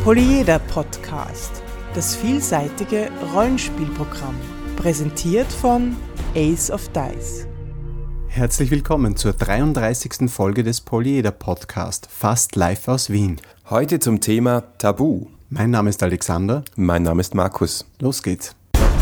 Polyeder Podcast, das vielseitige Rollenspielprogramm, präsentiert von Ace of Dice. Herzlich willkommen zur 33. Folge des Polyeder Podcast, fast live aus Wien. Heute zum Thema Tabu. Mein Name ist Alexander. Mein Name ist Markus. Los geht's.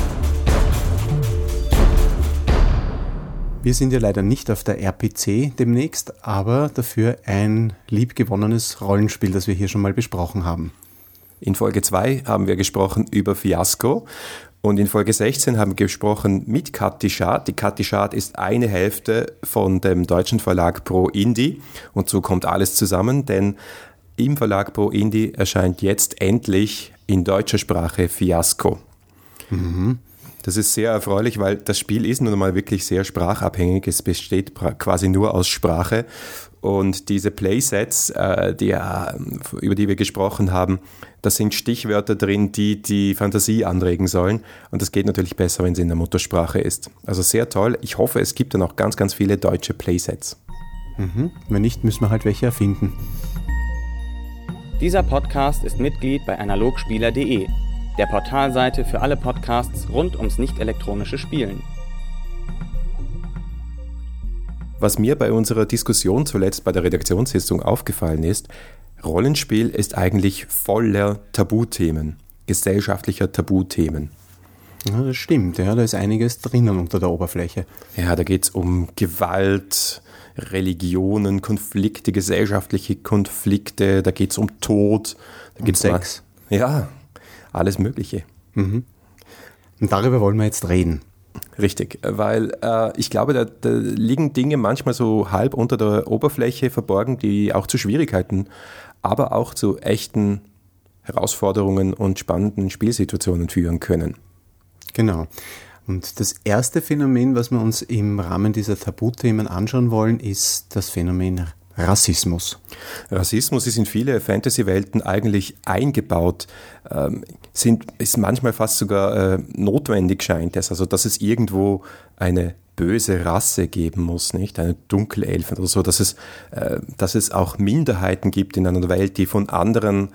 Wir sind ja leider nicht auf der RPC demnächst, aber dafür ein liebgewonnenes Rollenspiel, das wir hier schon mal besprochen haben. In Folge 2 haben wir gesprochen über Fiasko und in Folge 16 haben wir gesprochen mit Kathi Schad. Die Kathi Schad ist eine Hälfte von dem deutschen Verlag Pro Indie und so kommt alles zusammen, denn im Verlag Pro Indie erscheint jetzt endlich in deutscher Sprache Fiasko. Das ist sehr erfreulich, weil das Spiel ist nun einmal wirklich sehr sprachabhängig. Es besteht quasi nur aus Sprache. Und diese Playsets, über die wir gesprochen haben, da sind Stichwörter drin, die die Fantasie anregen sollen. Und das geht natürlich besser, wenn es in der Muttersprache ist. Also sehr toll. Ich hoffe, es gibt dann auch ganz, ganz viele deutsche Playsets. Wenn nicht, müssen wir halt welche erfinden. Dieser Podcast ist Mitglied bei analogspieler.de, der Portalseite für alle Podcasts rund ums nicht-elektronische Spielen. Was mir bei unserer Diskussion zuletzt bei der Redaktionssitzung aufgefallen ist, Rollenspiel ist eigentlich voller Tabuthemen, gesellschaftlicher Tabuthemen. Ja, das stimmt, ja, da ist einiges drinnen unter der Oberfläche. Ja, da geht es um Gewalt, Religionen, Konflikte, gesellschaftliche Konflikte, da geht es um Tod, da geht es um Sex. Ja, alles Mögliche. Und darüber wollen wir jetzt reden. Richtig, weil ich glaube, da liegen Dinge manchmal so halb unter der Oberfläche verborgen, die auch zu Schwierigkeiten, aber auch zu echten Herausforderungen und spannenden Spielsituationen führen können. Genau. Und das erste Phänomen, was wir uns im Rahmen dieser Tabuthemen anschauen wollen, ist das Phänomen Rassismus. Rassismus ist in viele Fantasy-Welten eigentlich eingebaut, ist manchmal fast sogar notwendig, scheint es. Also, dass es irgendwo eine böse Rasse geben muss, nicht? Eine Dunkelelfen oder so, dass es auch Minderheiten gibt in einer Welt, die von anderen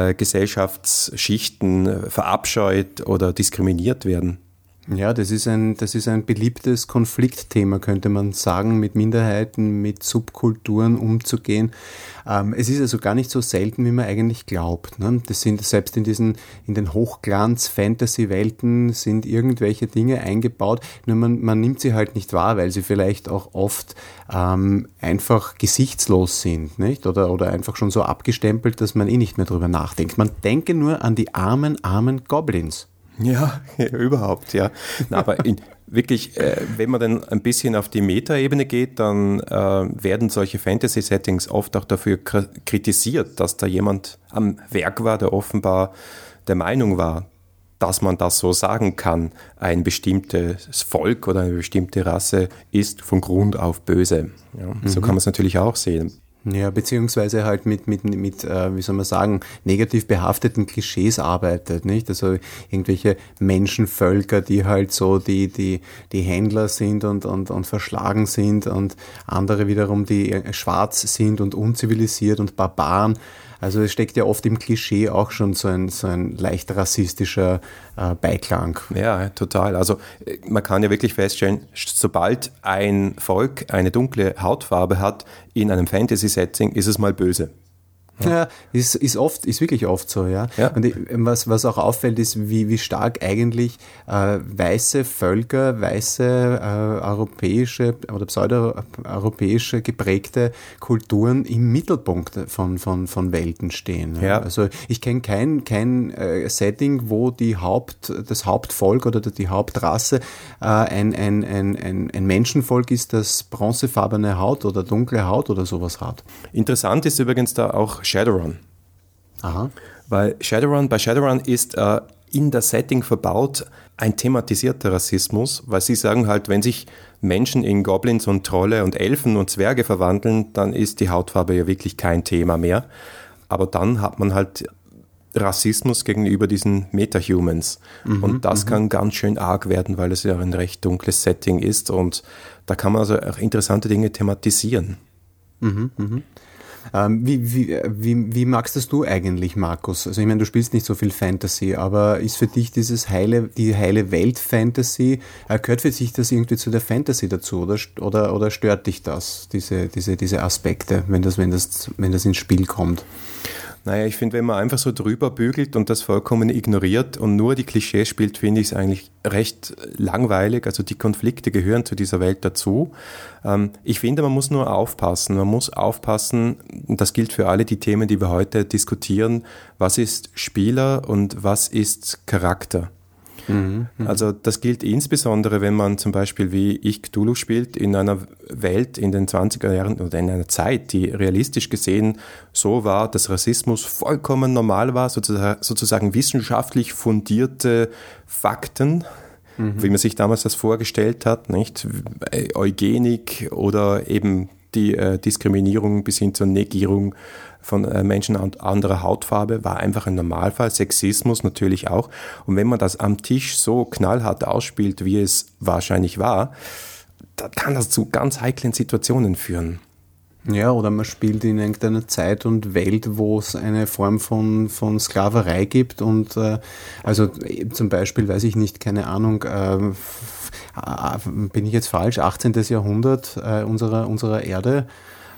Gesellschaftsschichten verabscheut oder diskriminiert werden. Ja, das ist ein beliebtes Konfliktthema, könnte man sagen, mit Minderheiten, mit Subkulturen umzugehen. Es ist also gar nicht so selten, wie man eigentlich glaubt, ne? Das sind selbst in den Hochglanz-Fantasy-Welten sind irgendwelche Dinge eingebaut, nur man nimmt sie halt nicht wahr, weil sie vielleicht auch oft einfach gesichtslos sind, nicht? Oder einfach schon so abgestempelt, dass man nicht mehr drüber nachdenkt. Man denke nur an die armen Goblins. Ja, überhaupt, ja. Na, aber wirklich, wenn man dann ein bisschen auf die Metaebene geht, dann werden solche Fantasy-Settings oft auch dafür kritisiert, dass da jemand am Werk war, der offenbar der Meinung war, dass man das so sagen kann. Ein bestimmtes Volk oder eine bestimmte Rasse ist von Grund auf böse. Ja, so kann man es natürlich auch sehen. Ja, beziehungsweise halt mit wie soll man sagen, negativ behafteten Klischees arbeitet, nicht? Also irgendwelche Menschenvölker, die halt so die Händler sind und verschlagen sind und andere wiederum, die schwarz sind und unzivilisiert und Barbaren. Also es steckt ja oft im Klischee auch schon so ein leicht rassistischer Beiklang. Ja, total. Also man kann ja wirklich feststellen, sobald ein Volk eine dunkle Hautfarbe hat in einem Fantasy-Setting, ist es mal böse. Ja, ist wirklich oft so, ja. Und was auch auffällt, ist, wie stark eigentlich weiße Völker, europäische oder pseudoeuropäische geprägte Kulturen im Mittelpunkt von Welten stehen. Ja. Also ich kenne kein Setting, wo das Hauptvolk oder die Hauptrasse ein Menschenvolk ist, das bronzefarbene Haut oder dunkle Haut oder sowas hat. Interessant ist übrigens da auch Shadowrun. Aha. Weil bei Shadowrun ist in das Setting verbaut ein thematisierter Rassismus, weil sie sagen halt, wenn sich Menschen in Goblins und Trolle und Elfen und Zwerge verwandeln, dann ist die Hautfarbe ja wirklich kein Thema mehr. Aber dann hat man halt Rassismus gegenüber diesen Metahumans. Und das kann ganz schön arg werden, weil es ja ein recht dunkles Setting ist und da kann man also auch interessante Dinge thematisieren. Wie magst das du eigentlich, Markus? Also ich meine, du spielst nicht so viel Fantasy, aber ist für dich die heile Welt Fantasy, gehört für dich das irgendwie zu der Fantasy dazu oder stört dich das, diese Aspekte, wenn das ins Spiel kommt? Naja, ich finde, wenn man einfach so drüber bügelt und das vollkommen ignoriert und nur die Klischees spielt, finde ich es eigentlich recht langweilig. Also die Konflikte gehören zu dieser Welt dazu. Ich finde, man muss nur aufpassen. Man muss aufpassen, und das gilt für alle die Themen, die wir heute diskutieren, was ist Spieler und was ist Charakter. Also das gilt insbesondere, wenn man zum Beispiel wie ich Cthulhu spielt, in einer Welt in den 20er Jahren oder in einer Zeit, die realistisch gesehen so war, dass Rassismus vollkommen normal war, sozusagen wissenschaftlich fundierte Fakten, wie man sich damals das vorgestellt hat, nicht? Eugenik oder eben die Diskriminierung bis hin zur Negierung von Menschen anderer Hautfarbe war einfach ein Normalfall, Sexismus natürlich auch. Und wenn man das am Tisch so knallhart ausspielt, wie es wahrscheinlich war, dann kann das zu ganz heiklen Situationen führen. Ja, oder man spielt in irgendeiner Zeit und Welt, wo es eine Form von Sklaverei gibt und also zum Beispiel, weiß ich nicht, keine Ahnung, bin ich jetzt falsch, 18. Jahrhundert unserer Erde,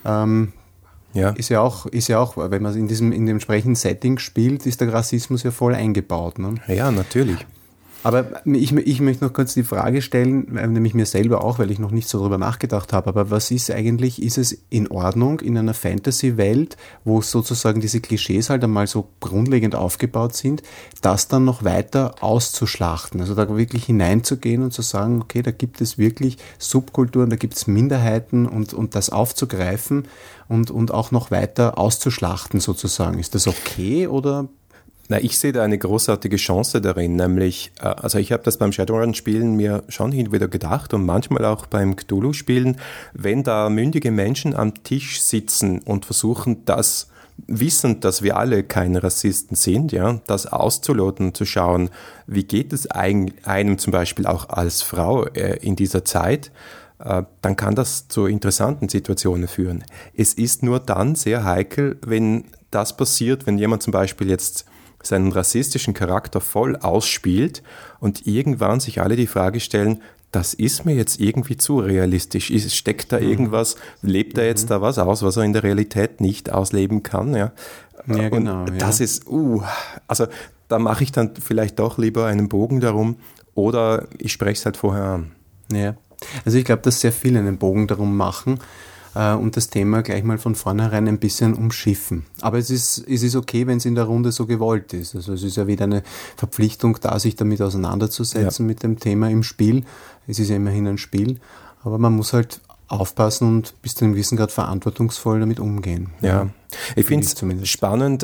ja. Ist ja auch, wenn man in dem entsprechenden Setting spielt, ist der Rassismus ja voll eingebaut. Ne? Ja, natürlich. Aber ich möchte noch kurz die Frage stellen, nämlich mir selber auch, weil ich noch nicht so drüber nachgedacht habe, aber was ist eigentlich, ist es in Ordnung in einer Fantasy-Welt, wo sozusagen diese Klischees halt einmal so grundlegend aufgebaut sind, das dann noch weiter auszuschlachten, also da wirklich hineinzugehen und zu sagen, okay, da gibt es wirklich Subkulturen, da gibt es Minderheiten und das aufzugreifen und auch noch weiter auszuschlachten sozusagen. Ist das okay oder... Na, ich sehe da eine großartige Chance darin, nämlich, also ich habe das beim Shadowrun-Spielen mir schon hin und wieder gedacht und manchmal auch beim Cthulhu-Spielen, wenn da mündige Menschen am Tisch sitzen und versuchen, das wissend, dass wir alle keine Rassisten sind, ja, das auszuloten, zu schauen, wie geht es einem zum Beispiel auch als Frau in dieser Zeit, dann kann das zu interessanten Situationen führen. Es ist nur dann sehr heikel, wenn das passiert, wenn jemand zum Beispiel jetzt seinen rassistischen Charakter voll ausspielt und irgendwann sich alle die Frage stellen, das ist mir jetzt irgendwie zu realistisch. Steckt da irgendwas, lebt er jetzt da was aus, was er in der Realität nicht ausleben kann? Ja, ja genau. Und das ist, also da mache ich dann vielleicht doch lieber einen Bogen darum oder ich spreche es halt vorher an. Ja, also ich glaube, dass sehr viele einen Bogen darum machen und das Thema gleich mal von vornherein ein bisschen umschiffen. Aber es ist okay, wenn es in der Runde so gewollt ist. Also es ist ja wieder eine Verpflichtung da, sich damit auseinanderzusetzen mit dem Thema im Spiel. Es ist ja immerhin ein Spiel, aber man muss halt aufpassen und bis zu einem gewissen Grad verantwortungsvoll damit umgehen. Ja, ich finde es spannend,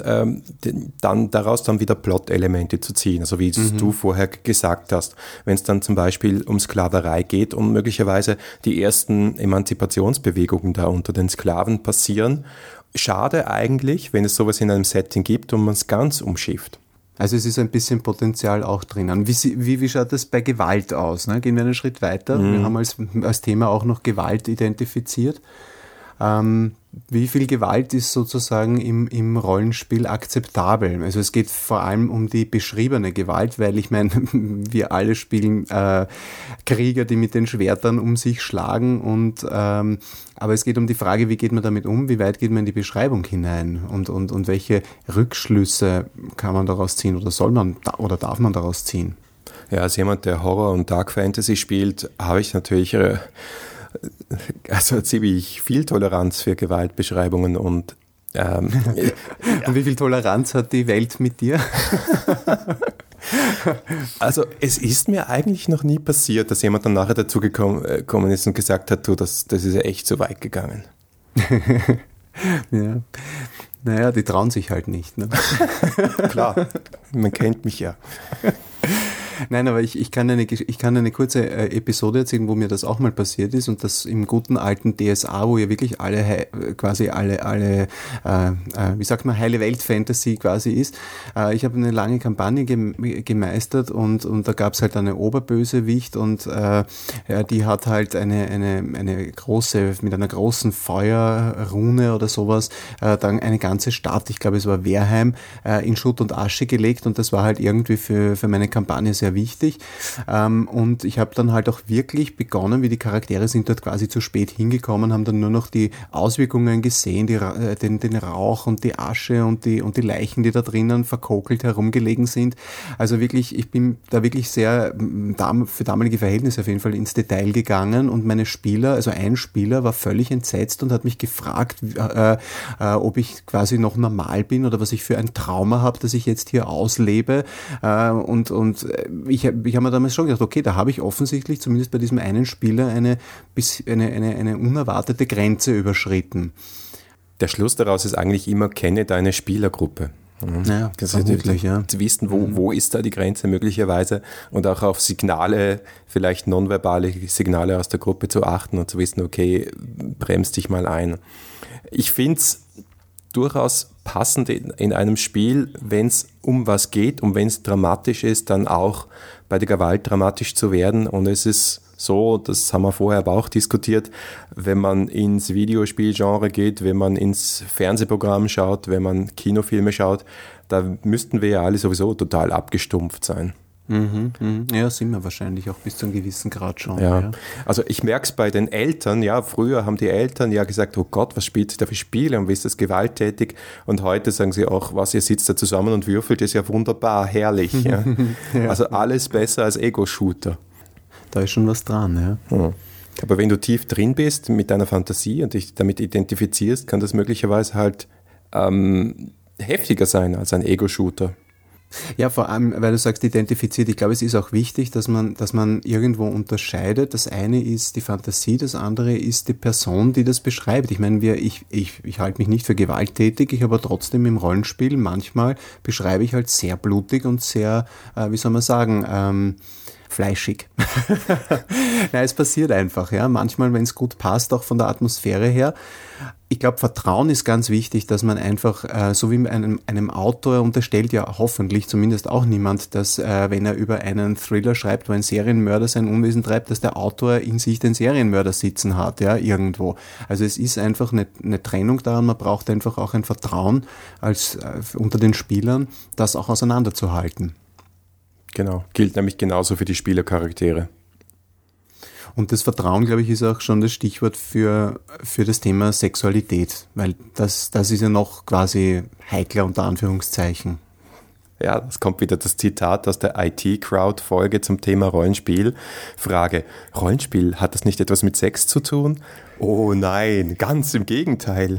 daraus dann wieder Plot-Elemente zu ziehen, also wie du vorher gesagt hast, wenn es dann zum Beispiel um Sklaverei geht und möglicherweise die ersten Emanzipationsbewegungen da unter den Sklaven passieren. Schade eigentlich, wenn es sowas in einem Setting gibt und man es ganz umschifft. Also es ist ein bisschen Potenzial auch drinnen. Wie schaut das bei Gewalt aus? Ne? Gehen wir einen Schritt weiter. Wir haben als Thema auch noch Gewalt identifiziert. Wie viel Gewalt ist sozusagen im Rollenspiel akzeptabel? Also es geht vor allem um die beschriebene Gewalt, weil ich meine, wir alle spielen Krieger, die mit den Schwertern um sich schlagen aber es geht um die Frage, wie geht man damit um, wie weit geht man in die Beschreibung hinein und welche Rückschlüsse kann man daraus ziehen oder soll man oder darf man daraus ziehen? Ja, als jemand, der Horror und Dark Fantasy spielt, habe ich natürlich also ziemlich viel Toleranz für Gewaltbeschreibungen und und wie viel Toleranz hat die Welt mit dir? Also es ist mir eigentlich noch nie passiert, dass jemand dann nachher dazu gekommen ist und gesagt hat, du, das ist ja echt so weit gegangen. Ja. Naja, die trauen sich halt nicht. Ne? Klar, man kennt mich ja. Nein, aber ich kann eine kurze Episode erzählen, wo mir das auch mal passiert ist und das im guten alten DSA, wo ja wirklich quasi alle wie sagt man, heile Welt-Fantasy quasi ist. Ich habe eine lange Kampagne gemeistert und da gab es halt eine Oberbösewicht und die hat halt eine große, mit einer großen Feuerrune oder sowas, dann eine ganze Stadt, ich glaube es war Wehrheim, in Schutt und Asche gelegt und das war halt irgendwie für meine Kampagne sehr wichtig. Und ich habe dann halt auch wirklich begonnen, wie die Charaktere sind dort quasi zu spät hingekommen, haben dann nur noch die Auswirkungen gesehen, den Rauch und die Asche und die Leichen, die da drinnen verkokelt herumgelegen sind. Also wirklich, ich bin da wirklich sehr für damalige Verhältnisse auf jeden Fall ins Detail gegangen und meine Spieler, also ein Spieler war völlig entsetzt und hat mich gefragt, ob ich quasi noch normal bin oder was ich für ein Trauma habe, das ich jetzt hier auslebe. Und ich habe mir damals schon gedacht, okay, da habe ich offensichtlich zumindest bei diesem einen Spieler eine unerwartete Grenze überschritten. Der Schluss daraus ist eigentlich immer, kenne deine Spielergruppe. Ja, vermutlich, ja. Zu wissen, wo ist da die Grenze möglicherweise und auch auf Signale, vielleicht nonverbale Signale aus der Gruppe zu achten und zu wissen, okay, bremst dich mal ein. Ich finde es durchaus passend in einem Spiel, wenn es um was geht und wenn es dramatisch ist, dann auch bei der Gewalt dramatisch zu werden. Und es ist so, das haben wir vorher aber auch diskutiert, wenn man ins Videospielgenre geht, wenn man ins Fernsehprogramm schaut, wenn man Kinofilme schaut, da müssten wir ja alle sowieso total abgestumpft sein. Ja, sind wir wahrscheinlich auch bis zu einem gewissen Grad schon. Ja. Also ich merke es bei den Eltern, ja, früher haben die Eltern ja gesagt, oh Gott, was spielt ihr da für Spiele und wie ist das gewalttätig? Und heute sagen sie auch, was, ihr sitzt da zusammen und würfelt, ist ja wunderbar, herrlich. Ja. Ja. Also alles besser als Ego-Shooter. Da ist schon was dran, ja. Ja. Aber wenn du tief drin bist mit deiner Fantasie und dich damit identifizierst, kann das möglicherweise halt heftiger sein als ein Ego-Shooter. Ja, vor allem, weil du sagst, identifiziert. Ich glaube, es ist auch wichtig, dass man irgendwo unterscheidet. Das eine ist die Fantasie, das andere ist die Person, die das beschreibt. Ich meine, ich halte mich nicht für gewalttätig, aber trotzdem im Rollenspiel manchmal beschreibe ich halt sehr blutig und sehr, wie soll man sagen, fleischig. Nein, es passiert einfach, ja. Manchmal, wenn es gut passt, auch von der Atmosphäre her. Ich glaube, Vertrauen ist ganz wichtig, dass man einfach, so wie einem Autor unterstellt ja hoffentlich zumindest auch niemand, dass wenn er über einen Thriller schreibt, wo ein Serienmörder sein Unwesen treibt, dass der Autor in sich den Serienmörder sitzen hat, ja, irgendwo. Also es ist einfach eine Trennung da und man braucht einfach auch ein Vertrauen unter den Spielern, das auch auseinanderzuhalten. Genau, gilt nämlich genauso für die Spielercharaktere. Und das Vertrauen, glaube ich, ist auch schon das Stichwort für das Thema Sexualität, weil das ist ja noch quasi heikler unter Anführungszeichen. Ja, das kommt wieder das Zitat aus der IT-Crowd-Folge zum Thema Rollenspiel. Frage, Rollenspiel, hat das nicht etwas mit Sex zu tun? Oh nein, ganz im Gegenteil.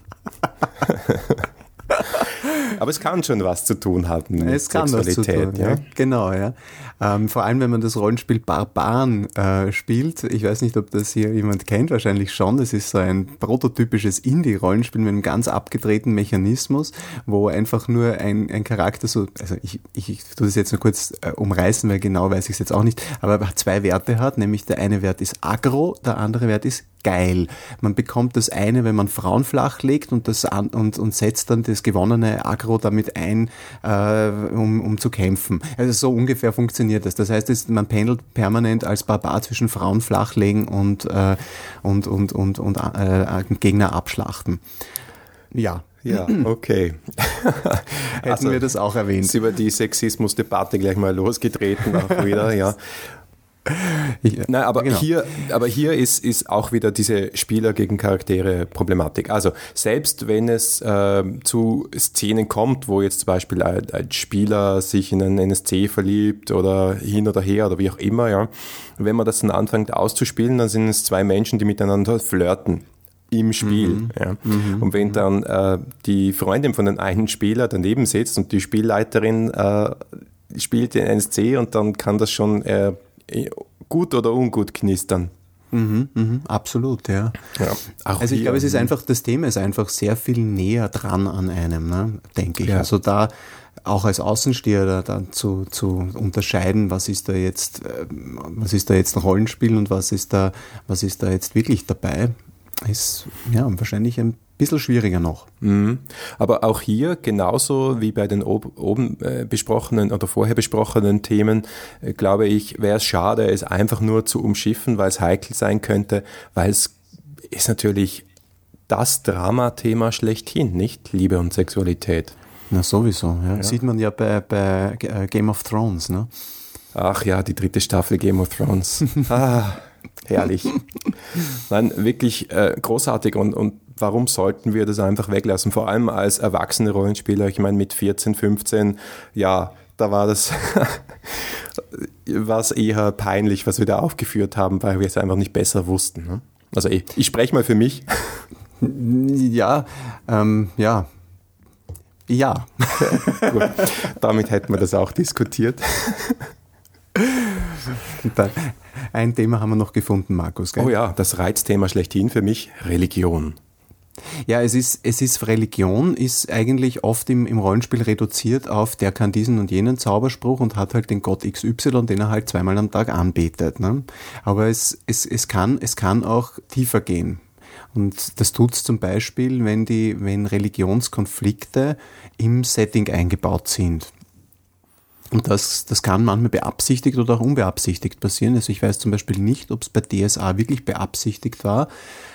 Aber es kann schon was zu tun haben mit Sexualität. Was zu tun, ja. Genau, ja. Vor allem, wenn man das Rollenspiel Barbaren spielt. Ich weiß nicht, ob das hier jemand kennt, wahrscheinlich schon. Das ist so ein prototypisches Indie-Rollenspiel mit einem ganz abgedrehten Mechanismus, wo einfach nur ein Charakter so, also ich tue das jetzt nur kurz umreißen, weil genau weiß ich es jetzt auch nicht, aber zwei Werte hat, nämlich der eine Wert ist aggro, der andere Wert ist geil. Man bekommt das eine, wenn man Frauen flach legt und setzt dann das gewonnene Aggro damit ein, um zu kämpfen. Also so ungefähr funktioniert das. Das heißt, man pendelt permanent als Barbar zwischen Frauen flachlegen und Gegner abschlachten. Ja. Ja, okay. Hätten wir das auch erwähnt. Ist über die Sexismusdebatte gleich mal losgetreten auch wieder, ja. Nein, aber genau. Hier ist auch wieder diese Spieler gegen Charaktere Problematik. Also selbst wenn es zu Szenen kommt, wo jetzt zum Beispiel ein Spieler sich in einen NSC verliebt oder hin oder her oder wie auch immer, ja, wenn man das dann anfängt auszuspielen, dann sind es zwei Menschen, die miteinander flirten im Spiel. Ja. Und wenn dann die Freundin von dem einen Spieler daneben sitzt und die Spielleiterin spielt den NSC und dann kann das schon gut oder ungut knistern. Absolut, ja. Also ich glaube, das Thema ist einfach sehr viel näher dran an einem, ne, denke ich. Ja. Also da auch als Außensteher dann zu unterscheiden, was ist da jetzt ein Rollenspiel und was ist da jetzt wirklich dabei, ist ja wahrscheinlich ein bisschen schwieriger noch. Aber auch hier, genauso wie bei den oben besprochenen oder vorher besprochenen Themen, glaube ich, wäre es schade, es einfach nur zu umschiffen, weil es heikel sein könnte, weil es ist natürlich das Dramathema schlechthin, nicht? Liebe und Sexualität. Na sowieso, ja. Sieht man ja bei Game of Thrones, ne? Ach ja, die 3. Staffel Game of Thrones. Herrlich. Nein, wirklich großartig und warum sollten wir das einfach weglassen? Vor allem als erwachsene Rollenspieler, ich meine mit 14, 15, ja, da war das was eher peinlich, was wir da aufgeführt haben, weil wir es einfach nicht besser wussten. Ne? Also ich spreche mal für mich. Ja. Gut, damit hätten wir das auch diskutiert. Ein Thema haben wir noch gefunden, Markus. Gell? Oh ja, das Reizthema schlechthin für mich, Religion. Ja, Religion ist eigentlich oft im Rollenspiel reduziert auf, der kann diesen und jenen Zauberspruch und hat halt den Gott XY, den er halt 2-mal am Tag anbetet. Ne? Aber es kann auch tiefer gehen. Und das tut's zum Beispiel, wenn Religionskonflikte im Setting eingebaut sind. Und das kann manchmal beabsichtigt oder auch unbeabsichtigt passieren. Also ich weiß zum Beispiel nicht, ob es bei DSA wirklich beabsichtigt war,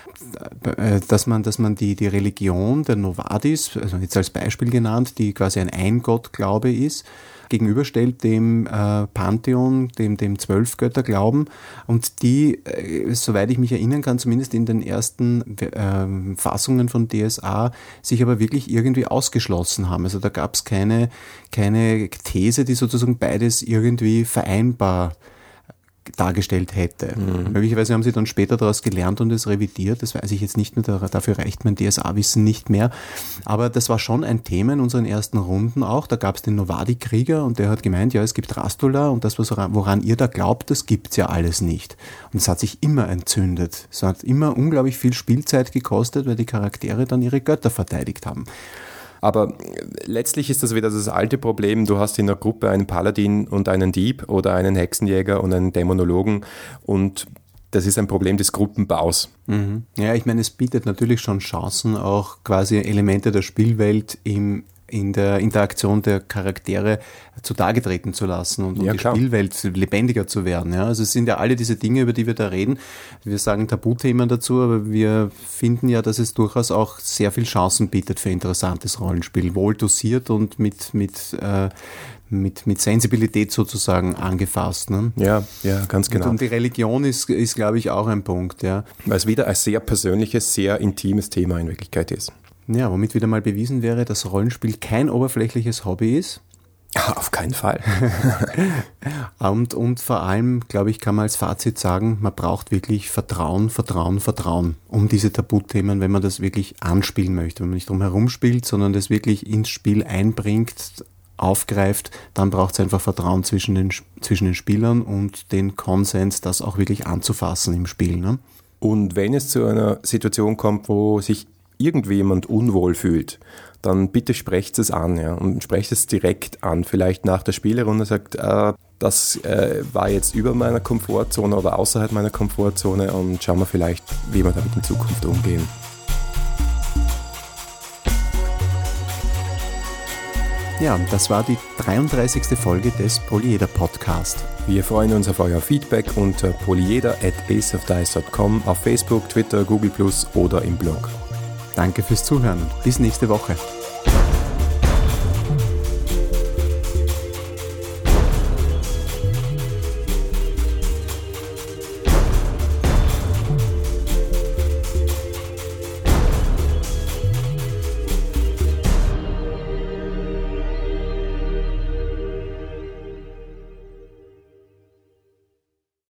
dass man die Religion der Novadis, also jetzt als Beispiel genannt, die quasi ein Eingottglaube ist, gegenüberstellt dem Pantheon, dem 12-Götter-Glauben und die, soweit ich mich erinnern kann, zumindest in den ersten Fassungen von DSA, sich aber wirklich irgendwie ausgeschlossen haben. Also da gab es keine These, die sozusagen beides irgendwie vereinbar dargestellt hätte. Möglicherweise haben sie dann später daraus gelernt und es revidiert, das weiß ich jetzt nicht mehr, dafür reicht mein DSA-Wissen nicht mehr, aber das war schon ein Thema in unseren ersten Runden auch, da gab es den Novadi-Krieger und der hat gemeint, ja, es gibt Rastula und das, woran ihr da glaubt, das gibt's ja alles nicht. Und es hat sich immer entzündet. Es hat immer unglaublich viel Spielzeit gekostet, weil die Charaktere dann ihre Götter verteidigt haben. Aber letztlich ist das wieder das alte Problem, du hast in einer Gruppe einen Paladin und einen Dieb oder einen Hexenjäger und einen Dämonologen und das ist ein Problem des Gruppenbaus. Mhm. Ja, ich meine, es bietet natürlich schon Chancen, auch quasi Elemente der Spielwelt in der Interaktion der Charaktere zutage treten zu lassen und die Spielwelt lebendiger zu werden. Ja? Also es sind ja alle diese Dinge, über die wir da reden. Wir sagen Tabuthemen dazu, aber wir finden ja, dass es durchaus auch sehr viel Chancen bietet für interessantes Rollenspiel. Wohl dosiert und mit Sensibilität sozusagen angefasst. Ne? Ja, ganz genau. Und die Religion ist, glaube ich, auch ein Punkt. Ja? Weil es wieder ein sehr persönliches, sehr intimes Thema in Wirklichkeit ist. Ja, womit wieder mal bewiesen wäre, dass Rollenspiel kein oberflächliches Hobby ist. Auf keinen Fall. und vor allem, glaube ich, kann man als Fazit sagen, man braucht wirklich Vertrauen, um diese Tabuthemen, wenn man das wirklich anspielen möchte. Wenn man nicht drum herum spielt, sondern das wirklich ins Spiel einbringt, aufgreift, dann braucht es einfach Vertrauen zwischen den Spielern und den Konsens, das auch wirklich anzufassen im Spiel. Ne? Und wenn es zu einer Situation kommt, wo sich irgendwie jemand unwohl fühlt, dann bitte sprecht es an, ja, und sprecht es direkt an. Vielleicht nach der Spielerunde sagt, das war jetzt über meiner Komfortzone oder außerhalb meiner Komfortzone und schauen wir vielleicht, wie wir damit in Zukunft umgehen. Ja, und das war die 33. Folge des Polyeder Podcast. Wir freuen uns auf euer Feedback unter polyeder@aceofdice.com, auf Facebook, Twitter, Google+ oder im Blog. Danke fürs Zuhören und bis nächste Woche.